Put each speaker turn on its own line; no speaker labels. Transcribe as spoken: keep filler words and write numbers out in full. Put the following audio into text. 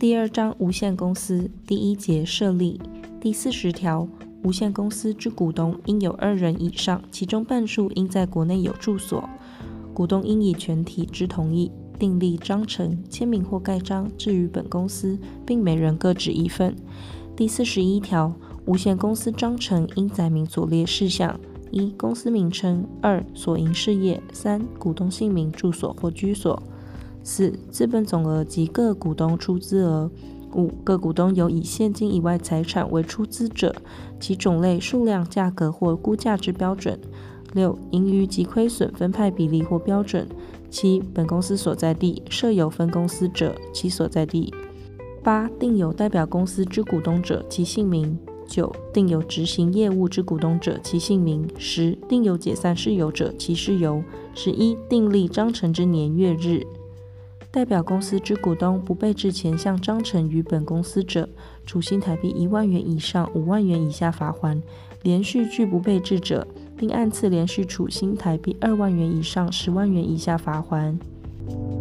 第二章无限公司第一节设立。第四十条，无限公司之股东应有二人以上，其中半数应在国内有住所。股东应以全体之同意订立章程，签名或盖章，置于本公司，并每人各执一份。第四十一条，无限公司章程应载明所列事项：一、公司名称；二、所营事业；三、股东姓名、住所或居所；四、资本总额及各股东出资额；五、各股东有以现金以外财产为出资者，其种类、数量、价格或估价之标准；六、盈余及亏损分派比例或标准；七、本公司所在地，设有分公司者，其所在地；八、定有代表公司之股东者，其姓名；九、定有执行业务之股东者，其姓名；十、定有解散事由者，其事由；十一、订立章程之年月日。代表公司之股东不备置前项章程于本公司者，处新台币一万元以上五万元以下罚锾；连续拒不备置者，并按次连续处新台币二万元以上十万元以下罚锾。